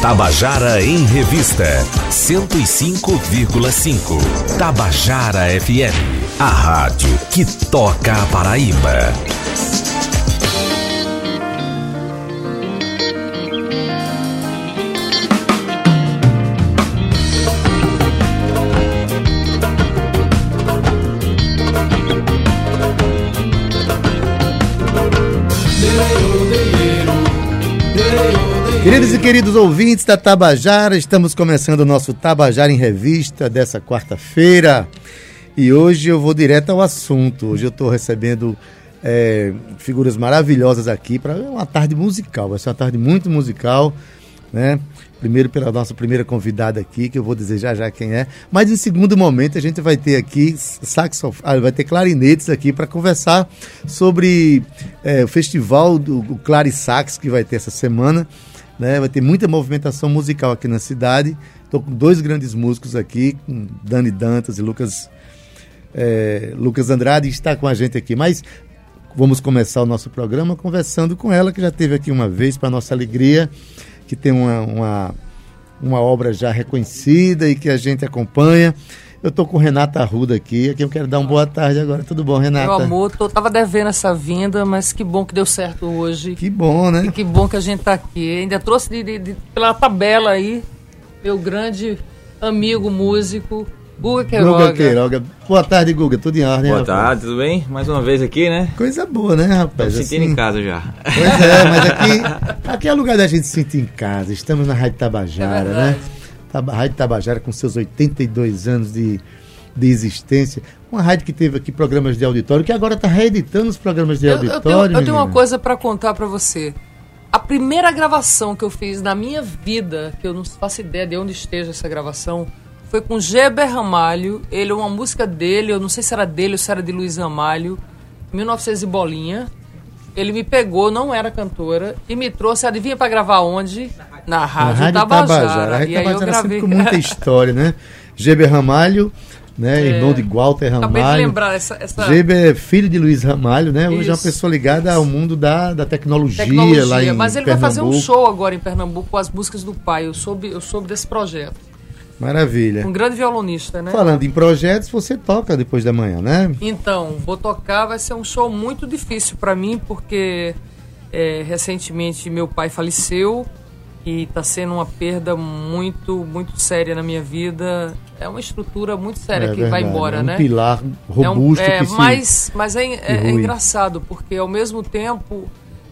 Tabajara em Revista, 105,5. Tabajara FM, a rádio que toca a Paraíba. Queridos e queridos ouvintes da Tabajara, estamos começando o nosso Tabajara em Revista dessa quarta-feira e hoje eu vou direto ao assunto. Hoje eu estou recebendo figuras maravilhosas aqui para uma tarde musical, vai ser uma tarde muito musical, né? Primeiro pela nossa primeira convidada aqui, que eu vou dizer já quem é, mas em segundo momento a gente vai ter aqui vai ter clarinetes aqui para conversar sobre o festival do Clarisax que vai ter essa semana. Né, vai ter muita movimentação musical aqui na cidade. Estou com dois grandes músicos aqui, com Dani Dantas e Lucas Andrade, que está com a gente aqui. Mas vamos começar o nosso programa conversando com ela, que já esteve aqui uma vez, para nossa alegria, que tem uma obra já reconhecida e que a gente acompanha. Eu estou com Renata Arruda aqui, a quem eu quero dar uma boa tarde agora. Tudo bom, Renata? Meu amor, tava devendo essa vinda, mas que bom que deu certo hoje. Que bom, né? E que bom que a gente tá aqui. Ainda trouxe pela tabela aí, meu grande amigo músico, Guga Queiroga. Boa tarde, Guga. Tudo em ordem? Boa tarde, tudo bem? Mais uma vez aqui, né? Coisa boa, né, rapaz? Tô me sentindo em casa já. Pois é, mas aqui é o lugar da gente se sentir em casa. Estamos na Rádio Tabajara, né? A Rádio Tabajara com seus 82 anos de existência. Uma rádio que teve aqui programas de auditório, que agora está reeditando os programas de auditório. Eu tenho uma coisa para contar para você. A primeira gravação que eu fiz na minha vida, que eu não faço ideia de onde esteja essa gravação, foi com Geber Ramalho. Ele, uma música dele, eu não sei se era dele ou se era de Luiz Ramalho, 1900 e bolinha. Ele me pegou, não era cantora, e me trouxe, adivinha para gravar onde? Na Rádio Tabajara. A Rádio Tabajara sempre com muita história, né? Geber Ramalho, né? Irmão de Walter Ramalho. Acabei de lembrar essa... Geber é filho de Luiz Ramalho, né? Hoje é uma pessoa ligada ao mundo da tecnologia lá em Mas ele Pernambuco. vai fazer um show agora em Pernambuco com as músicas do pai. Eu soube desse projeto. Maravilha. Um grande violonista, né? Falando em projetos, você toca depois da manhã, né? Então, vou tocar, vai ser um show muito difícil para mim, porque recentemente meu pai faleceu e está sendo uma perda muito, muito séria na minha vida. É uma estrutura muito séria que vai embora, né? Um pilar robusto mas é engraçado, porque ao mesmo tempo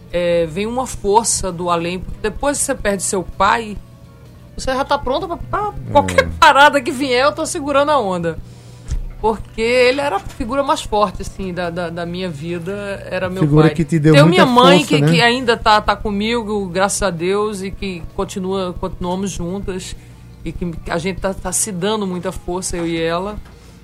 vem uma força do além, porque depois que você perde seu pai, você já tá pronto pra qualquer parada que vier, eu tô segurando a onda. Porque ele era a figura mais forte, assim, da minha vida, era meu figura pai. Que te deu Tem muita minha mãe, força, né? que ainda tá comigo, graças a Deus, e que continuamos juntas, e que a gente tá se dando muita força, eu e ela.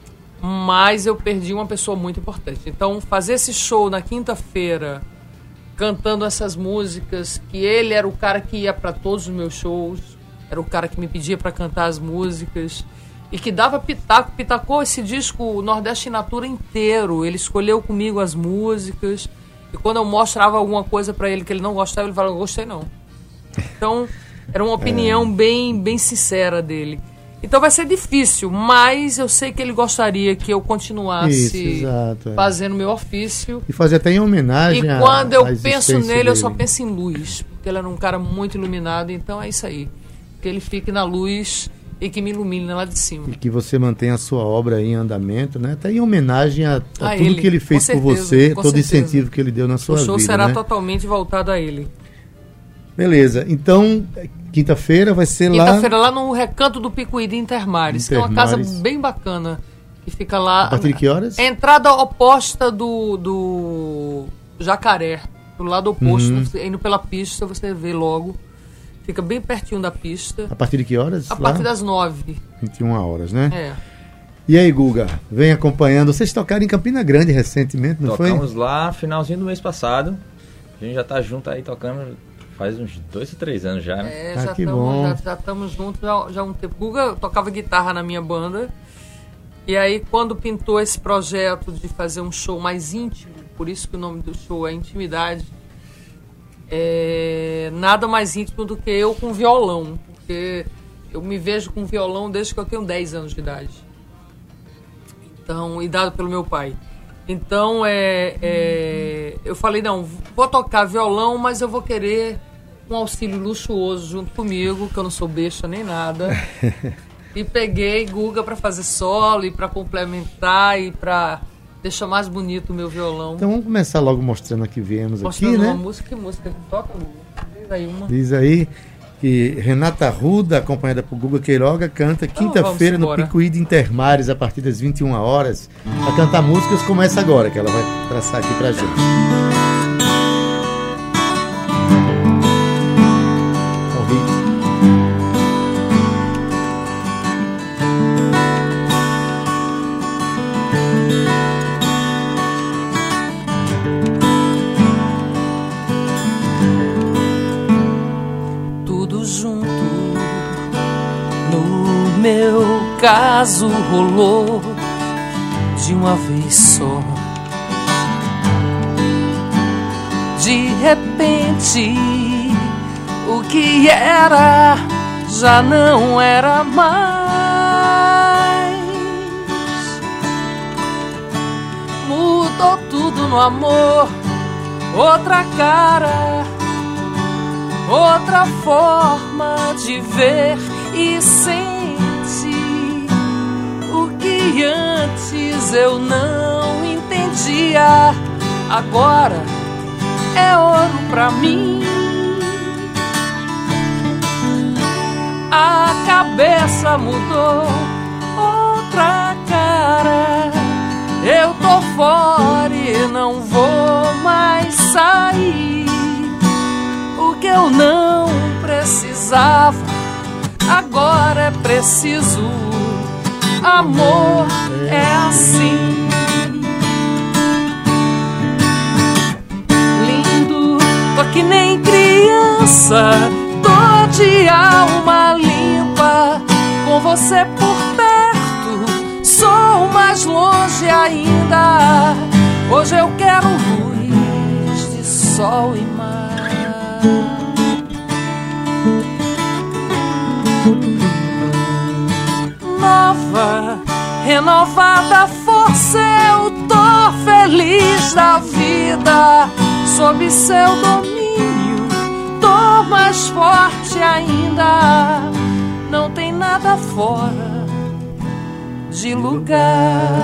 Mas eu perdi uma pessoa muito importante. Então, fazer esse show na quinta-feira, cantando essas músicas, que ele era o cara que ia para todos os meus shows, era o cara que me pedia para cantar as músicas e que dava pitacou esse disco Nordeste in Natura inteiro. Ele escolheu comigo as músicas e quando eu mostrava alguma coisa para ele que ele não gostava, ele falava, não gostei não. Então, era uma opinião bem sincera dele. Então vai ser difícil, mas eu sei que ele gostaria que eu continuasse fazendo meu ofício. E fazer até em homenagem E quando eu penso nele, dele, eu só penso em luz, porque ele era um cara muito iluminado, então é isso aí. Que ele fique na luz e que me ilumine lá de cima. E que você mantenha a sua obra em andamento, né? Até em homenagem a tudo ele, que ele fez por você, todo o incentivo que ele deu na sua vida. O show será né? totalmente voltado a ele. Beleza, então quinta-feira vai ser Quinta-feira lá no Recanto do Picuí de Intermares, que é uma casa bem bacana, que fica lá... A partir de que horas? Entrada oposta do Jacaré, do lado oposto, indo pela pista, você vê logo. Fica bem pertinho da pista. A partir de que horas? A partir das 9. 21 horas, né? É. E aí, Guga, vem acompanhando. Vocês tocaram em Campina Grande recentemente, não foi? Tocamos lá finalzinho do mês passado. A gente já tá junto aí tocando faz uns 2 ou 3 anos já, né? Já estamos juntos já há um tempo. Guga tocava guitarra na minha banda. E aí, quando pintou esse projeto de fazer um show mais íntimo, por isso que o nome do show é Intimidade, nada mais íntimo do que eu com violão. porque eu me vejo com violão desde que eu tenho 10 anos de idade. Então, e dado pelo meu pai. Então, eu falei, não, vou tocar violão, mas eu vou querer um auxílio luxuoso junto comigo, que eu não sou besta nem nada. E peguei Guga para fazer solo e para complementar e para deixar mais bonito o meu violão. Então vamos começar logo mostrando a que viemos mostrando aqui, né? Uma música, que música que toca, Guga? Diz aí uma. Diz aí que Renata Arruda, acompanhada por Guga Queiroga, canta quinta-feira no Picuí de Intermares, a partir das 21 horas. Para cantar músicas como essa agora, que ela vai traçar aqui pra gente. Caso rolou de uma vez só. De repente, o que era já não era mais. Mudou tudo no amor, outra cara, outra forma de ver e sentir. E antes eu não entendia, agora é ouro pra mim. A cabeça mudou, outra cara. Eu tô fora e não vou mais sair. O que eu não precisava, agora é preciso. Amor é assim. Lindo, tô que nem criança, tô de alma limpa. Com você por perto, sou mais longe ainda. Hoje eu quero luz de sol e mar. Nova, renovada força, eu tô feliz da vida. Sob seu domínio, tô mais forte ainda. Não tem nada fora de lugar.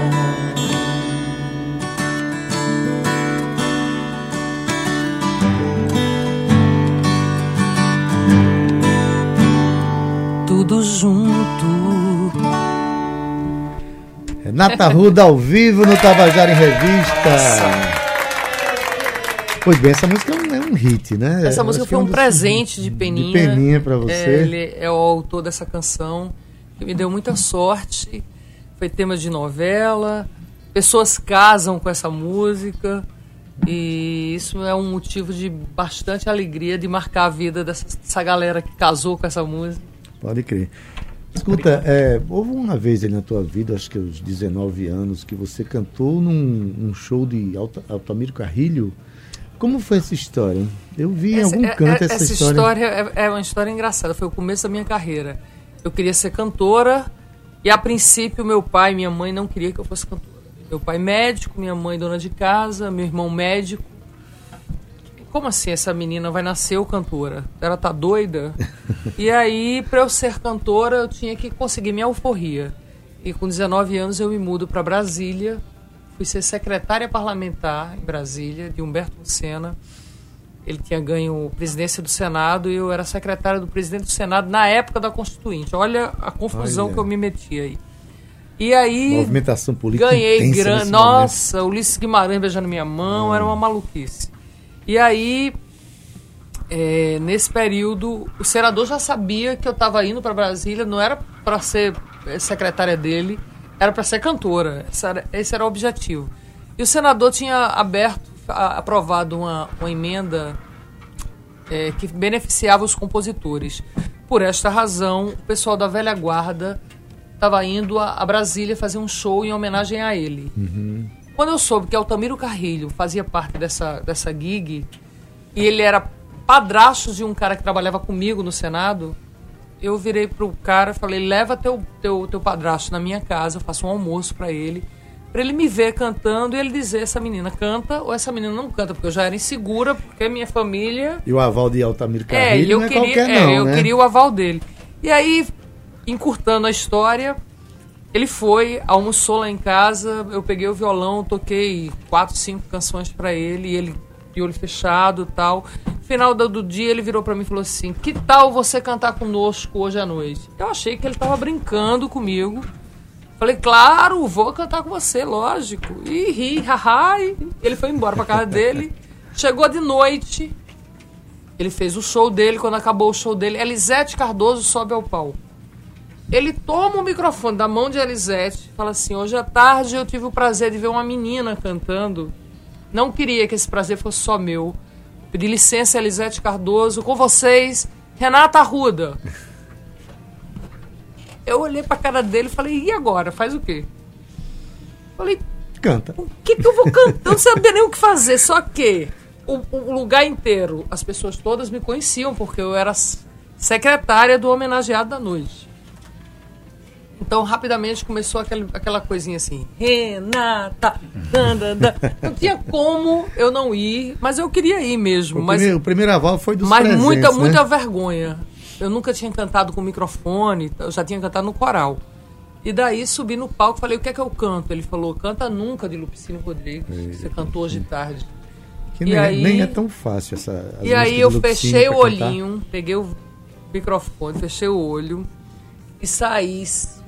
Tudo junto. Renata Arruda ao vivo no Tabajara em Revista. Pois bem, essa música é um hit, né? Essa música foi um presente de Peninha. De Peninha pra você. Ele é o autor dessa canção, que me deu muita sorte. Foi tema de novela. Pessoas casam com essa música. E isso é um motivo de bastante alegria de marcar a vida dessa galera que casou com essa música. Pode crer. Escuta, houve uma vez aí na tua vida, acho que aos 19 anos, que você cantou num show de Altamiro Carrilho. Como foi essa história, hein? Eu vi em algum canto essa história. Essa história é uma história engraçada, foi o começo da minha carreira. Eu queria ser cantora e, a princípio, meu pai e minha mãe não queriam que eu fosse cantora. Meu pai médico, minha mãe dona de casa, meu irmão médico. Como assim essa menina vai nascer cantora? Ela tá doida? E aí, para eu ser cantora, eu tinha que conseguir minha alforria. E com 19 anos eu me mudo para Brasília. Fui ser secretária parlamentar em Brasília, de Humberto Lucena. Ele tinha ganho a presidência do Senado e eu era secretária do presidente do Senado na época da Constituinte. Olha a confusão que eu me meti aí. E aí, movimentação política ganhei grana. Nossa, Ulisses Guimarães beijando minha mão, era uma maluquice. E aí, nesse período, o senador já sabia que eu estava indo para Brasília, não era para ser secretária dele, era para ser cantora. Esse era o objetivo. E o senador tinha aprovado uma emenda que beneficiava os compositores. Por esta razão, o pessoal da velha guarda estava indo a Brasília fazer um show em homenagem a ele. Uhum. Quando eu soube que Altamiro Carrilho fazia parte dessa gig, e ele era padrasto de um cara que trabalhava comigo no Senado, eu virei pro cara e falei, leva teu padrasto na minha casa, eu faço um almoço pra ele me ver cantando e ele dizer, essa menina canta ou essa menina não canta, porque eu já era insegura, porque minha família... E o aval de Altamir Carrilho não é qualquer não, eu queria o aval dele. E aí, encurtando a história, ele foi, almoçou lá em casa, eu peguei o violão, toquei 4, 5 canções pra ele, e ele de olho fechado e tal. No final do dia, ele virou pra mim e falou assim, que tal você cantar conosco hoje à noite? Eu achei que ele tava brincando comigo. Falei, claro, vou cantar com você, lógico. E ri, haha. Ele foi embora pra casa dele. Chegou de noite. Ele fez o show dele. Quando acabou o show dele, Elisete Cardoso sobe ao palco. Ele toma o microfone da mão de Elisete e fala assim, hoje à tarde eu tive o prazer de ver uma menina cantando. Não queria que esse prazer fosse só meu. Pedi licença, Elisete Cardoso. Com vocês, Renata Arruda. Eu olhei pra cara dele e falei, e agora? Faz o quê? Falei, canta. O que eu vou cantar? Eu não sabia nem o que fazer, só que o lugar inteiro, as pessoas todas me conheciam, porque eu era secretária do homenageado da noite. Então, rapidamente, começou aquela coisinha assim, Renata, não tinha como eu não ir, mas eu queria ir mesmo. O primeiro aval foi dos presentes, mas muita vergonha. Eu nunca tinha cantado com microfone, eu já tinha cantado no coral. E daí subi no palco e falei, o que é que eu canto? Ele falou, canta nunca, de Lupicínio Rodrigues. Você cantou hoje de tarde. Que nem é tão fácil essa... E aí eu fechei o olhinho, peguei o microfone, fechei o olho e saí.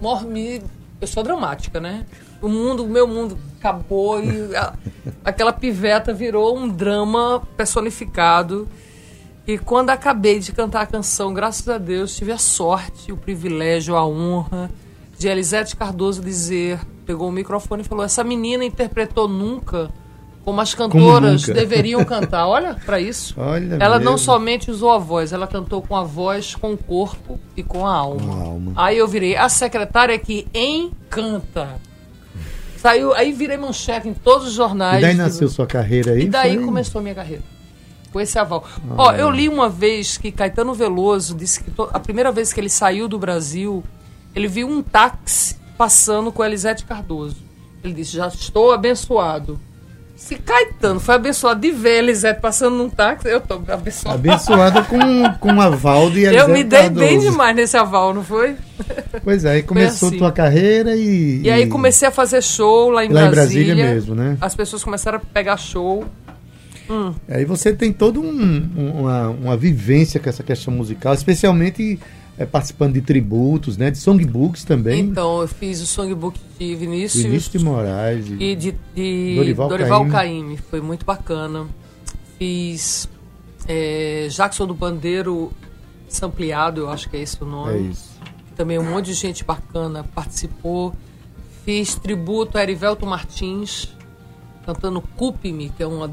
Eu sou dramática, né? O meu mundo acabou e aquela piveta virou um drama personificado. E quando acabei de cantar a canção, graças a Deus, tive a sorte, o privilégio, a honra de Elisete Cardoso dizer, pegou o microfone e falou, essa menina interpretou nunca como as cantoras deveriam cantar. Olha para isso. Olha ela mesmo. Não somente usou a voz, ela cantou com a voz, com o corpo e com a alma. Aí eu virei a secretária que encanta. Saiu, aí virei manchete em todos os jornais. E daí nasceu sua carreira aí? E daí começou a minha carreira. Com esse aval. Eu li uma vez que Caetano Veloso disse que a primeira vez que ele saiu do Brasil, ele viu um táxi passando com Elisete Cardoso. Ele disse, já estou abençoado. Se Caetano foi abençoado de ver Elisete passando num táxi, eu estou abençoado. Abençoado com aval de Elisete Eu me dei Cardoso. bem demais nesse aval, não foi? Pois é, aí começou assim. Tua carreira e aí comecei a fazer show lá em Brasília. Lá em Brasília mesmo, né? As pessoas começaram a pegar show. Aí você tem toda uma vivência com essa questão musical, especialmente participando de tributos, né, de songbooks também. Então, eu fiz o songbook de Vinícius de Moraes e de Dorival Caymmi. Foi muito bacana. Fiz Jackson do Pandeiro sampleado, eu acho que é esse o nome. É isso. Também um monte de gente bacana participou. Fiz tributo a Erivelto Martins, cantando Culpe-me, que é uma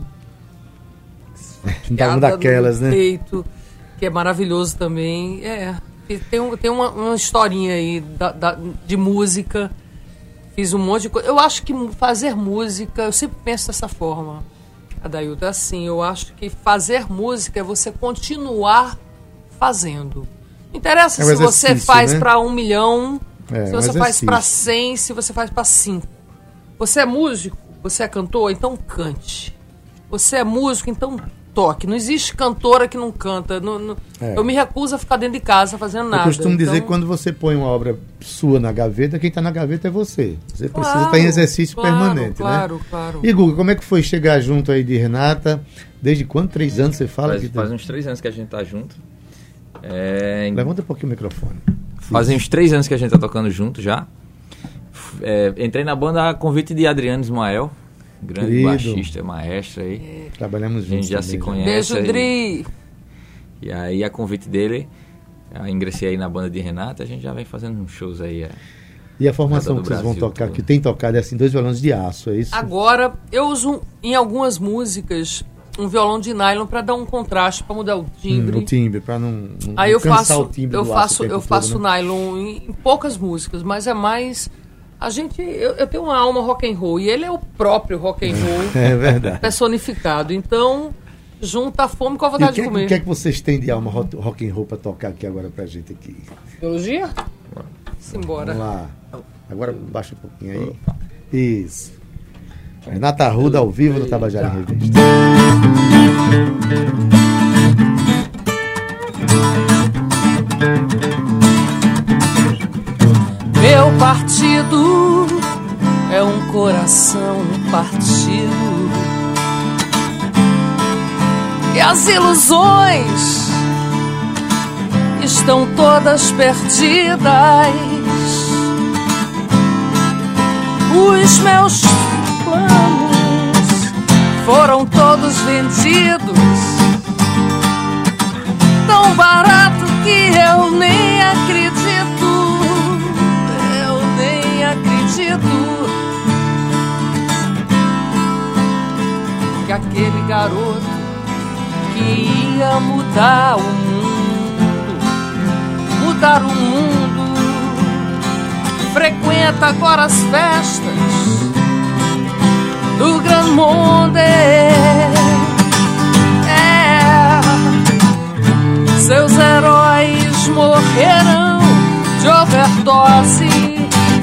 daquelas, né? Peito, que é maravilhoso também. Tem uma historinha aí de música. Fiz um monte de coisa. Eu acho que fazer música, eu sempre penso dessa forma, Adailton, assim, eu acho que fazer música é você continuar fazendo. Não interessa se você faz, né, para 1 milhão, se você faz para 100, se você faz para 5. Você é músico, você é cantor, então cante. Você é músico, então toque. Não existe cantora que não canta. Eu me recuso a ficar dentro de casa fazendo nada. Eu costumo dizer que quando você põe uma obra sua na gaveta, quem está na gaveta é você. Você precisa estar em exercício permanente, né? Claro. E Guga, como é que foi chegar junto aí de Renata? Desde quando? 3 anos você fala? Faz uns 3 anos que a gente tá junto. Levanta um pouquinho o microfone. Fazem uns 3 anos que a gente tá tocando junto já. Entrei na banda a convite de Adriano Ismael, grande querido baixista, maestro aí. Trabalhamos juntos. A gente já se conhece. Beijo, Dri! E aí, a convite dele, eu ingressei aí na banda de Renata, a gente já vem fazendo uns shows aí. E a formação que vocês vão tocar, que tem tocado, é assim, 2 violões de aço, é isso? Agora, eu uso em algumas músicas um violão de nylon para dar um contraste, para mudar o timbre. O timbre, para não aí cansar o timbre eu do aço. Eu faço nylon em poucas músicas, mas é mais... Eu tenho uma alma rock and roll e ele é o próprio rock and roll é verdade. personificado. Então, Junta a fome com a E vontade o que, de comer. o que é que vocês têm de alma rock and roll pra tocar aqui agora pra gente aqui? Biologia? Simbora. Vamos lá. Agora baixa um pouquinho aí. Isso. Renata Arruda ao vivo no Tabajara em Revista. Meu partido é um coração partido, e as ilusões estão todas perdidas. Os meus planos foram todos vendidos, tão barato que eu nem acredito. Que aquele garoto que ia mudar o mundo, frequenta agora as festas do Grand Monde. Seus heróis morrerão de overdose.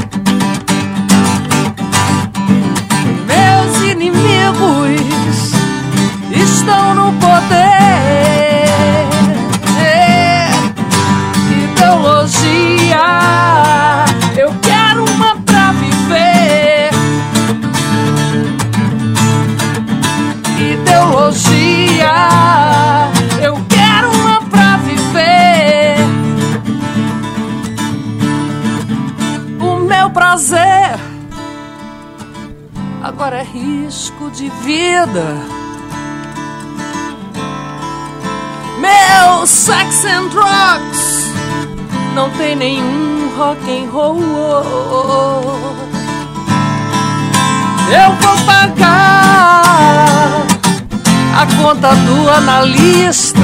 Inimigos estão no poder. Ideologia, eu quero uma pra viver. Ideologia, eu quero uma pra viver. O meu prazer agora é risco de vida. Meu sex and drugs não tem nenhum rock and roll. Eu vou pagar a conta do analista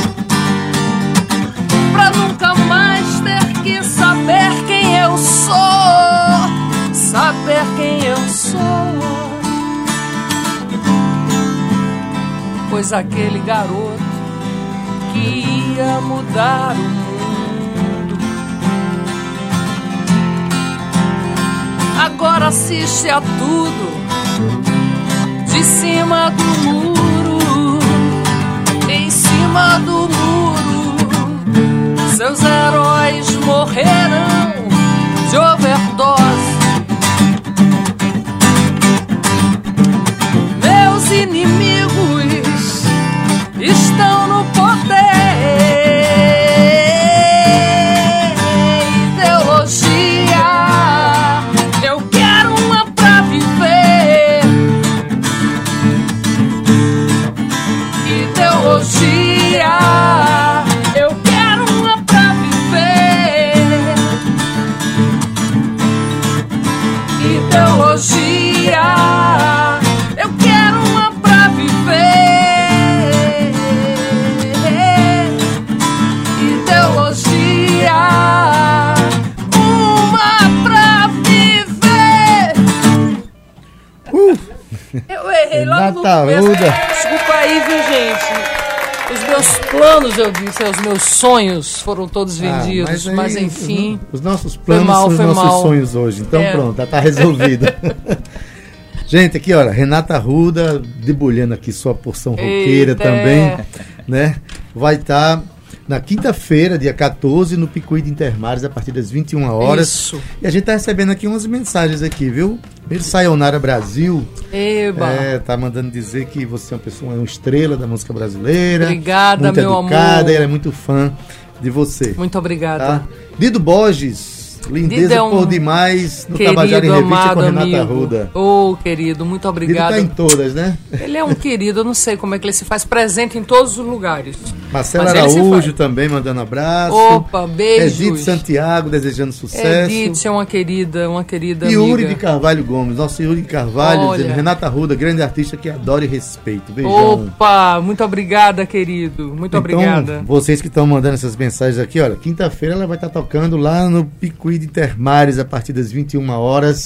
pra nunca mais ter que saber quem eu sou. Saber quem eu sou. Pois aquele garoto que ia mudar o mundo agora assiste a tudo de cima do muro. Em cima do muro, seus heróis morrerão de overdose. Meus inimigos estão no poder. Ideologia, eu quero uma pra viver. Ideologia, eu quero uma pra viver. Ideologia, eu quero uma pra viver. Ideologia, uma pra viver. Eu errei logo no começo. Desculpa aí, viu, gente? Os meus planos, eu disse, os meus sonhos foram todos vendidos, mas enfim. Os nossos planos são os nossos sonhos hoje. Então pronto, tá resolvido. Gente, aqui, olha, Renata Arruda, debulhando aqui sua porção roqueira também, né? Vai estar na quinta-feira, dia 14, no Picuí de Intermares, a partir das 21 horas. Isso. E a gente tá recebendo aqui umas mensagens aqui, viu? Primeiro, Sayonara Brasil. Eba. Tá mandando dizer que você é uma estrela da música brasileira. Obrigada, muito meu educada, amor. Ela é muito fã de você. Muito obrigada. Tá? Dido Borges. Lindeza Dido é por demais no querido, Tabajara em Revista com Renata amigo. Arruda. Querido, muito Dido obrigada. tá em todas, né? Ele é um querido, eu não sei como é que ele se faz presente em todos os lugares. Marcelo Mas ele se Araújo faz. também mandando abraço. Opa, beijos. Edith Santiago desejando sucesso. Edith é uma querida Yuri amiga. de Carvalho Gomes, nosso Yuri de Carvalho, Olha. dizendo, Renata Arruda, grande artista que adora e respeito. Beijão. Opa, muito obrigada, querido. Muito obrigada. Vocês que estão mandando essas mensagens aqui, olha, quinta-feira ela vai estar tocando lá no Picuí de Intermares a partir das 21 horas,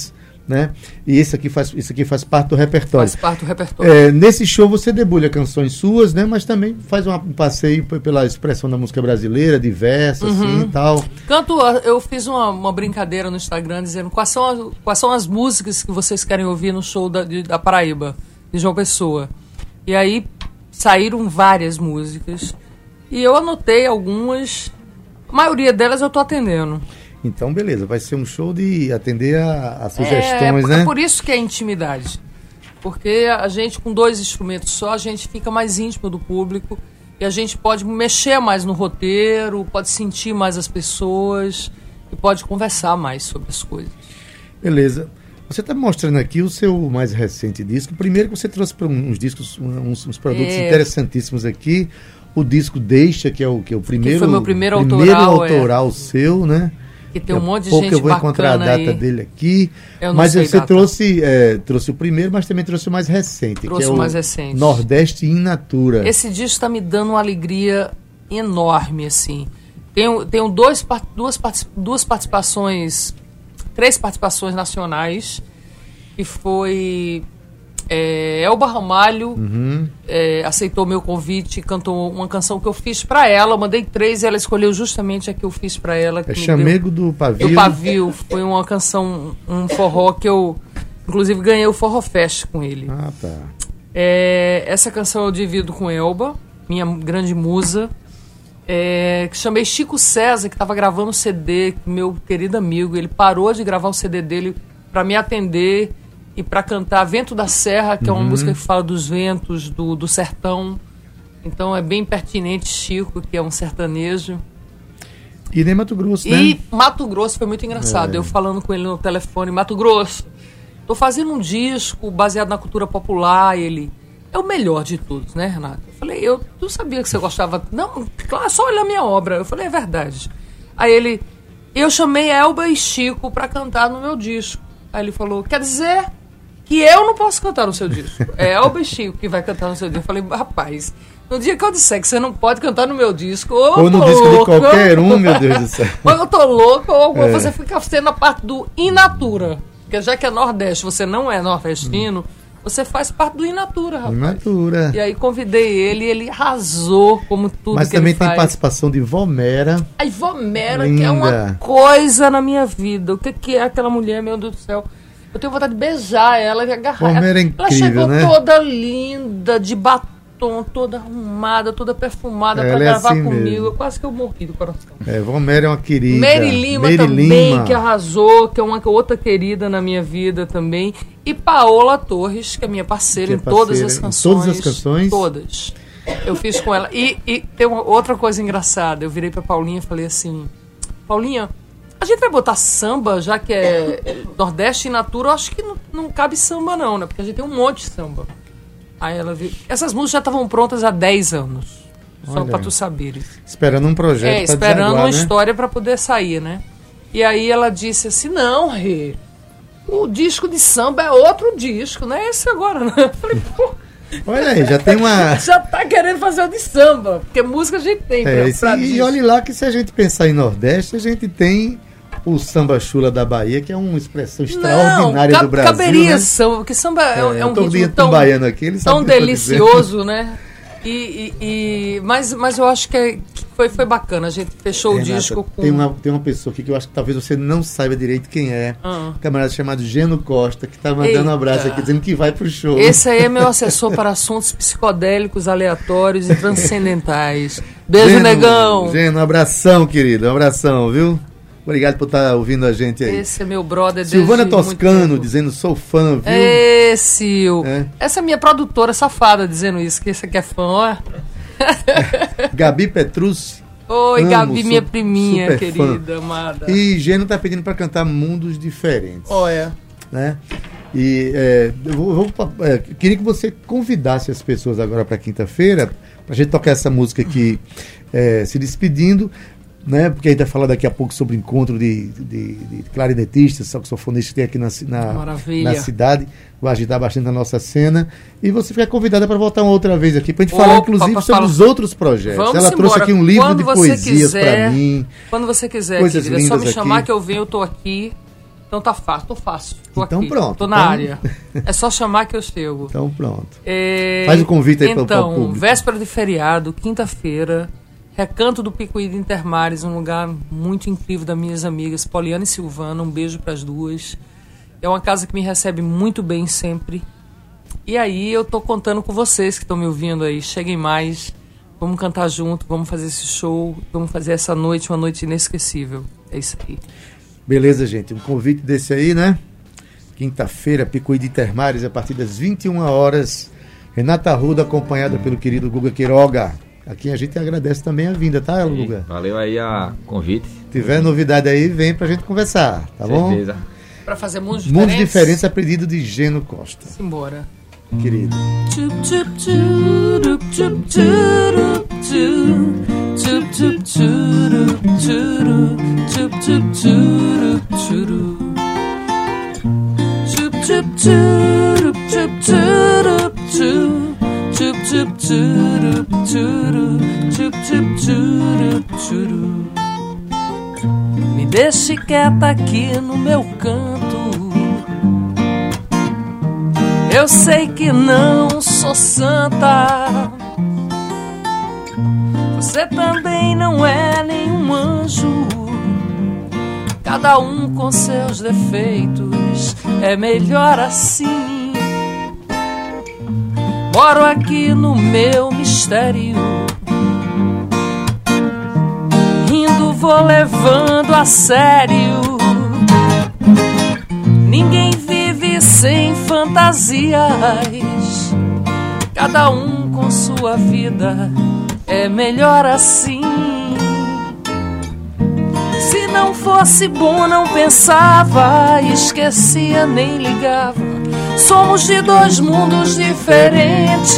né? E isso aqui faz parte do repertório. Faz parte do repertório. Nesse show você debulha canções suas, né? Mas também faz um passeio pela expressão da música brasileira, diversa, assim e tal. Eu fiz uma brincadeira no Instagram dizendo quais são as músicas que vocês querem ouvir no show da Paraíba, de João Pessoa. E aí saíram várias músicas. E eu anotei algumas. A maioria delas eu tô atendendo. Então, beleza. Vai ser um show de atender a sugestões, né? É por isso que é intimidade. Porque a gente, com 2 instrumentos só, a gente fica mais íntimo do público. E a gente pode mexer mais no roteiro, pode sentir mais as pessoas e pode conversar mais sobre as coisas. Beleza. Você está mostrando aqui o seu mais recente disco. Primeiro que você trouxe para uns discos, uns produtos interessantíssimos aqui. O disco Deixa, que é o primeiro... Que foi meu primeiro autoral seu, né? Que tem um monte de gente bacana. Eu vou encontrar a data dele aqui. Mas você trouxe o primeiro, mas também trouxe o mais recente. Trouxe o mais recente. Nordeste in Natura. Esse disco está me dando uma alegria enorme, assim. Tenho duas participações, 3 participações nacionais, que foi... Elba Ramalho aceitou meu convite e cantou uma canção que eu fiz pra ela. Eu mandei 3 e ela escolheu justamente a que eu fiz pra ela. Chamego do Pavio. Do Pavio. Foi uma canção, um forró que eu, inclusive, ganhei o Forró Fest com ele. Ah, tá. Essa canção eu divido com Elba, minha grande musa. Que chamei Chico César, que estava gravando o CD, meu querido amigo. Ele parou de gravar o CD dele pra me atender e para cantar Vento da Serra, que é uma música que fala dos ventos do sertão. Então é bem pertinente Chico, que é um sertanejo. E nem Mato Grosso, né? E Mato Grosso foi muito engraçado. Eu falando com ele no telefone, Mato Grosso, tô fazendo um disco baseado na cultura popular. Ele, é o melhor de todos, né, Renato? Eu falei, eu não sabia que você gostava. Não, claro, só olha a minha obra. Eu falei, é verdade. Aí ele, eu chamei Elba e Chico para cantar no meu disco. Aí ele falou, quer dizer... que eu não posso cantar no seu disco. É Elba e Chico que vai cantar no seu disco. Eu falei, rapaz, no dia que eu disser que você não pode cantar no meu disco... Ou no disco de qualquer meu Deus do céu. Ou eu tô louco, ou você fica sendo a parte do in natura. Porque já que é Nordeste, você não é nordestino, você faz parte do in natura, rapaz. In natura. E aí convidei ele e ele arrasou como tudo. Mas que também ele faz. Tem participação de Vomera. A Vomera, que é uma coisa na minha vida. O que é aquela mulher, meu Deus do céu? Eu tenho vontade de beijar ela e agarrar ela. É incrível, ela chegou, né? Toda linda, de batom, toda arrumada, toda perfumada pra gravar assim comigo. mesmo. Quase que eu morri do coração. Vomera é uma querida. Mary Lima também, que arrasou, que é uma outra querida na minha vida também. E Paola Torres, que é minha parceira, em todas as canções. Todas as canções? Todas. Eu fiz com ela. E tem uma outra coisa engraçada. Eu virei pra Paulinha e falei assim, Paulinha, a gente vai botar samba, já que é Nordeste in Natura, eu acho que não cabe samba não, né? Porque a gente tem um monte de samba. Aí ela viu... Essas músicas já estavam prontas há 10 anos. Só pra tu saberes. Esperando um projeto pra esperando desaguar, uma né? história pra poder sair, né? E aí ela disse assim, não, Rê, o disco de samba é outro disco, não é esse agora, né? Eu falei, pô... Olha aí, já tem uma... já tá querendo fazer o de samba, porque música a gente tem pra e olha lá que se a gente pensar em Nordeste, a gente tem... o samba chula da Bahia, que é uma expressão extraordinária do Brasil. Caberia, né? samba, porque samba é um ritmo baiano aqui, ele tão delicioso, né? Mas eu acho que foi bacana. A gente fechou Renata, o disco com... Tem uma pessoa aqui que eu acho que talvez você não saiba direito quem é. Um camarada chamado Geno Costa, que tá mandando um abraço aqui, dizendo que vai pro show. Esse aí é meu assessor para assuntos psicodélicos, aleatórios e transcendentais. Beijo, Geno, negão! Geno, um abração, querido. Um abração, viu? Obrigado por estar ouvindo a gente aí. Esse é meu brother. Silvana Toscano dizendo, sou fã, viu? Sil. Essa é minha produtora safada dizendo isso, que esse aqui é fã, ó. Gabi Petrus. Oi, Gabi, minha priminha querida, amada. E Geno tá pedindo para cantar Mundos Diferentes. Olha. Né? E queria que você convidasse as pessoas agora para quinta-feira, pra gente tocar essa música aqui, se despedindo. Né? Porque a gente vai falar daqui a pouco sobre o encontro de clarinetistas, saxofonistas que tem aqui na cidade, vai agitar bastante a nossa cena, e você fica convidada para voltar uma outra vez aqui, para a gente falar inclusive sobre os outros projetos. Ela trouxe aqui um livro de poesias para mim. Quando você quiser, coisas querida, é só me chamar aqui. que eu venho, eu estou aqui. Então tá fácil, tô fácil. Tô então aqui, pronto. Tô na área. É só chamar que eu chego. Então pronto. Faz o convite aí para o público. Então, véspera de feriado, quinta-feira, Recanto do Picuí de Intermares, um lugar muito incrível das minhas amigas, Poliana e Silvana, um beijo para as duas. É uma casa que me recebe muito bem sempre. E aí eu tô contando com vocês que estão me ouvindo aí. Cheguem mais, vamos cantar junto, vamos fazer esse show, vamos fazer essa noite uma noite inesquecível. É isso aí. Beleza, gente. Um convite desse aí, né? Quinta-feira, Picuí de Intermares, a partir das 21 horas. Renata Arruda, acompanhada pelo querido Guga Quiroga. A quem a gente agradece também a vinda, tá, Guga? Valeu aí a convite. Se tiver novidade aí, vem pra gente conversar, tá bom? Certeza. Pra fazer mundos diferentes. Mundos diferentes a pedido de Geno Costa. Simbora. Querido. Me deixe quieta aqui no meu canto. Eu sei que não sou santa. Você também não é nenhum anjo. Cada um com seus defeitos, é melhor assim. Moro aqui no meu mistério, rindo vou levando a sério. Ninguém vive sem fantasias, cada um com sua vida, é melhor assim. Se não fosse bom não pensava, esquecia nem ligava. Somos de dois mundos diferentes.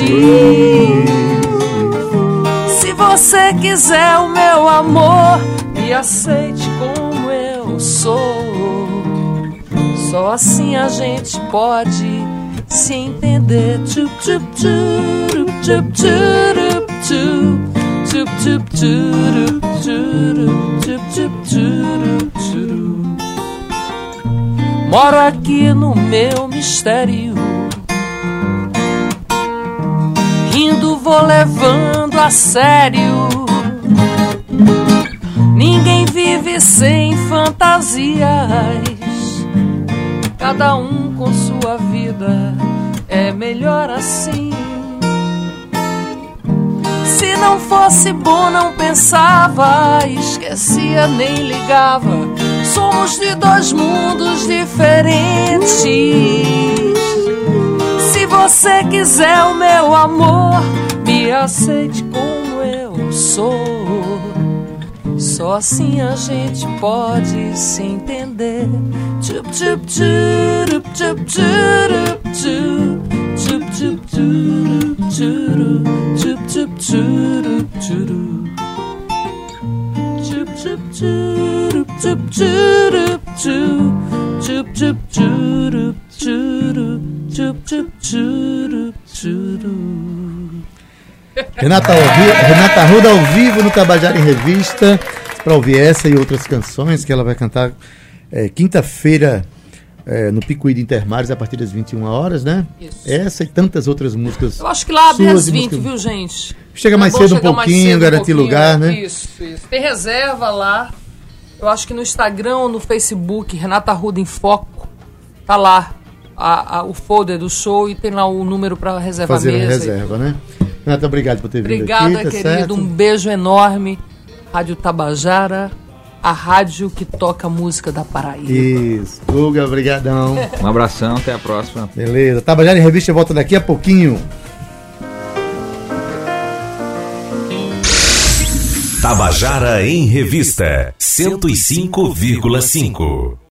Se você quiser o meu amor, me aceite como eu sou. Só assim a gente pode se entender. Moro aqui no meu mistério, rindo vou levando a sério. Ninguém vive sem fantasias, cada um com sua vida, é melhor assim. Se não fosse bom não pensava, esquecia nem ligava. Somos de dois mundos diferentes. Se você quiser o meu amor, me aceite como eu sou. Só assim a gente pode se entender. Renata Arruda ao vivo no Tabajara em Revista, para ouvir essa e outras canções que ela vai cantar quinta-feira no Picuí de Intermares a partir das 21 horas, né? Isso. Essa e tantas outras músicas. Eu acho que lá abre às 20, músicas... viu, gente? Chega mais cedo um pouquinho, garantir lugar, né? Isso. Tem reserva lá. Eu acho que no Instagram ou no Facebook, Renata Arruda em Foco, tá lá o folder do show e tem lá o número para reservar fazer mesa. Fazer a reserva, né? Renata, obrigado por ter vindo Obrigada, aqui. Tá querido. certo? Um beijo enorme. Rádio Tabajara, a rádio que toca a música da Paraíba. Isso. Guga, obrigadão. Um abração, até a próxima. Beleza. Tabajara em Revista volta daqui a pouquinho. Tabajara em Revista 105,5.